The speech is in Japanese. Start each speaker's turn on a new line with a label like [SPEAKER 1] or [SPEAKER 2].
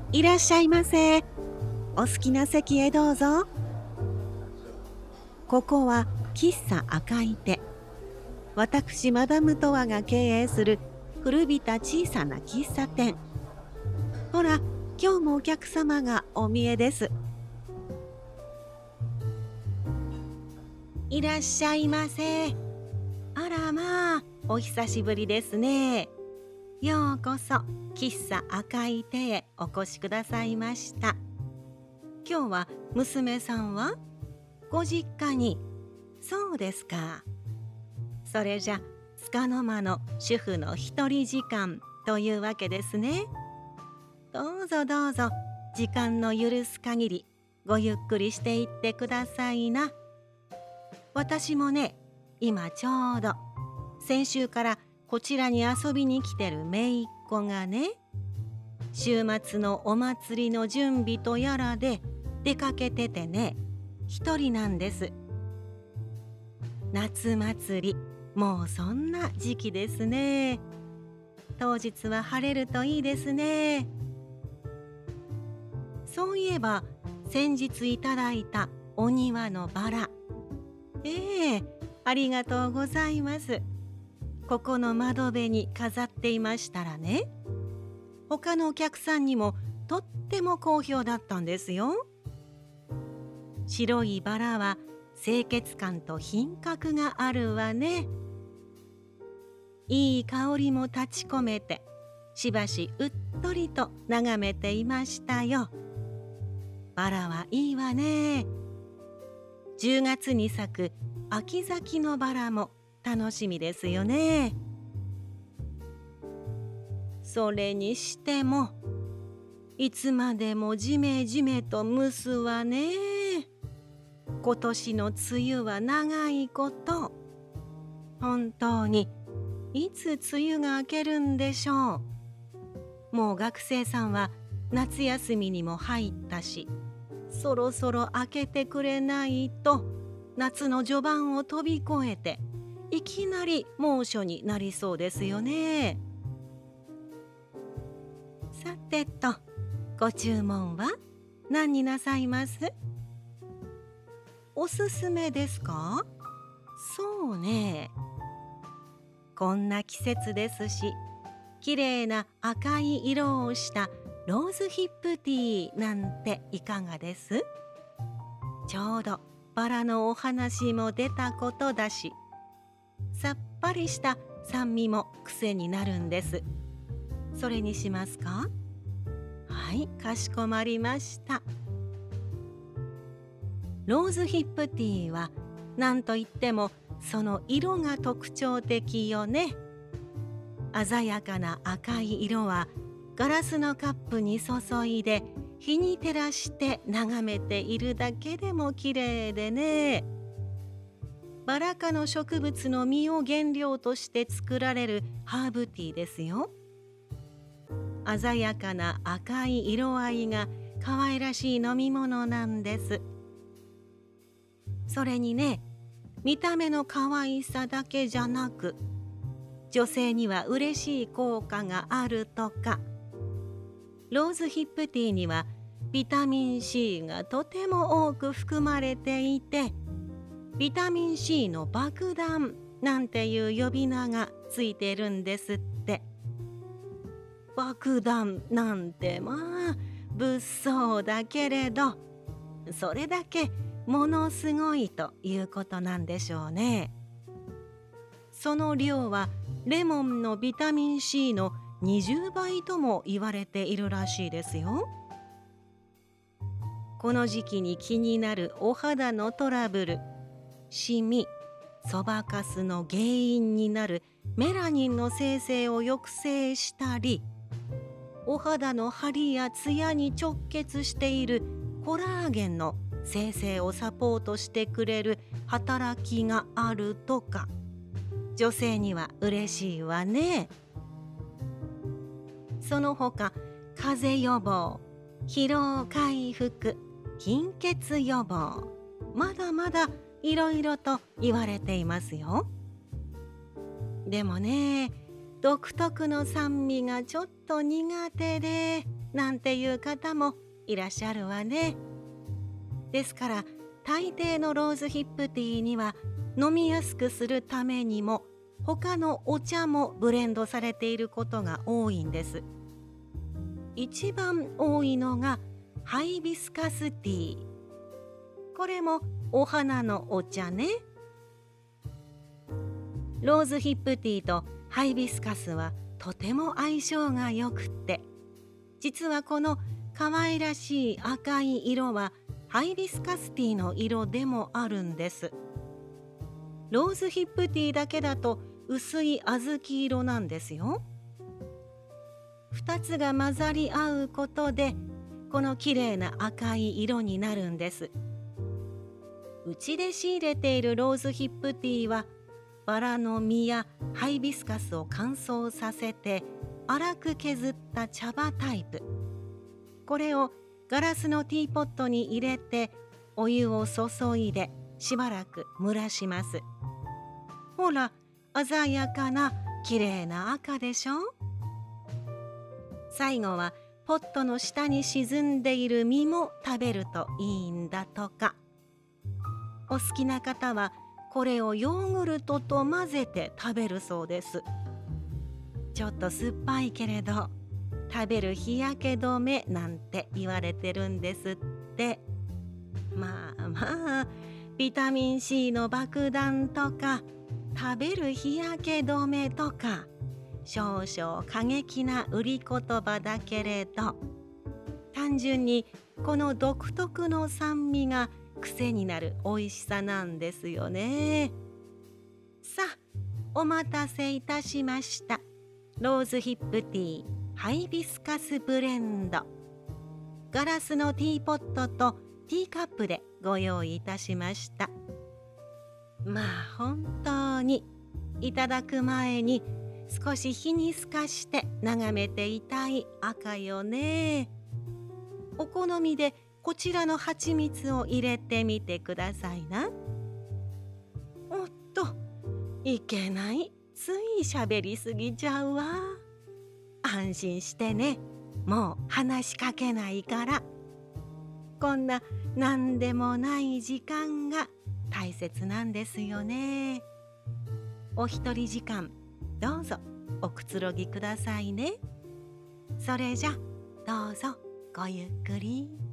[SPEAKER 1] いらっしゃいませ。お好きな席へどうぞ。ここは喫茶赤い手。私マダムトワが経営する古びた小さな喫茶店。ほら、今日もお客様がお見えです。いらっしゃいませ。あらまあ、お久しぶりですね。ようこそ喫茶赤い手へお越しくださいました。今日は娘さんはご実家に。そうですか。それじゃ束の間の主婦の一人時間というわけですね。どうぞどうぞ、時間の許す限りごゆっくりしていってくださいな。私もね、今ちょうど先週からこちらに遊びに来てる姪っ子がね、週末のお祭りの準備とやらで出かけててね、一人なんです。夏祭り、もうそんな時期ですね。当日は晴れるといいですね。そういえば先日いただいたお庭のバラ。ありがとうございます。ここの窓辺に飾っていましたらね、他のお客さんにもとっても好評だったんですよ。白いバラは清潔感と品格があるわね。いい香りも立ち込めて、しばしうっとりと眺めていましたよ。バラはいいわね。10月に咲く秋咲きのバラも楽しみですよね。それにしても、いつまでもじめじめと蒸すわね。今年の梅雨は長いこと。本当にいつ梅雨が明けるんでしょう。もう学生さんは夏休みにも入ったし、そろそろ明けてくれないと夏の序盤を飛び越えていきなり猛暑になりそうですよね。さてと、ご注文は何になさいます？おすすめですか？そうね。こんな季節ですし、きれいな赤い色をしたローズヒップティーなんていかがです？ちょうどバラのお話も出たことだし、さっぱりした酸味も癖になるんです。それにしますか？はい、かしこまりました。ローズヒップティーは何といってもその色が特徴的よね。鮮やかな赤い色はガラスのカップに注いで日に照らして眺めているだけでも綺麗でね。バラ科の植物の実を原料として作られるハーブティーですよ。鮮やかな赤い色合いが可愛らしい飲み物なんです。それにね、見た目の可愛さだけじゃなく、女性には嬉しい効果があるとか。ローズヒップティーにはビタミン C がとても多く含まれていて、ビタミン C の爆弾なんていう呼び名がついてるんですって。爆弾なんてまあ物騒だけれど、それだけものすごいということなんでしょうね。その量はレモンのビタミン C の20倍とも言われているらしいですよ。この時期に気になるお肌のトラブル、シミ、そばかすの原因になるメラニンの生成を抑制したり、お肌の張りやツヤに直結しているコラーゲンの生成をサポートしてくれる働きがあるとか、女性には嬉しいわね。その他、風邪予防、疲労回復、貧血予防、まだまだいろいろと言われていますよ。でもね、独特の酸味がちょっと苦手で、 なんていう方もいらっしゃるわね。ですから大抵のローズヒップティーには飲みやすくするためにも他のお茶もブレンドされていることが多いんです。一番多いのがハイビスカスティー。これもお花のお茶ね。ローズヒップティーとハイビスカスはとても相性がよくって、実はこの可愛らしい赤い色はハイビスカスティーの色でもあるんです。ローズヒップティーだけだと薄い小豆色なんですよ。2つが混ざり合うことでこの綺麗な赤い色になるんです。うちで仕入れているローズヒップティーはバラの実やハイビスカスを乾燥させて粗く削った茶葉タイプ。これをガラスのティーポットに入れてお湯を注いでしばらく蒸らします。ほら、鮮やかな綺麗な赤でしょ。最後はポットの下に沈んでいる実も食べるといいんだとか。お好きな方はこれをヨーグルトと混ぜて食べるそうです。ちょっと酸っぱいけれど食べる日焼け止めなんて言われてるんですって。まあビタミン C の爆弾とか食べる日焼け止めとか少々過激な売り言葉だけれど、単純にこの独特の酸味が癖になる美味しさなんですよね。さあ、お待たせいたしました。ローズヒップティーハイビスカスブレンド。ガラスのティーポットとティーカップでご用意いたしました。まあ本当にいただく前に少し火に透かして眺めていたい赤よね。お好みでこちらの蜂蜜を入れてみてくださいな。おっと、いけない。つい喋りすぎちゃうわ。安心してね。もう話しかけないから。こんな何でもない時間が大切なんですよね。お一人時間どうぞおくつろぎくださいね。それじゃどうぞごゆっくり。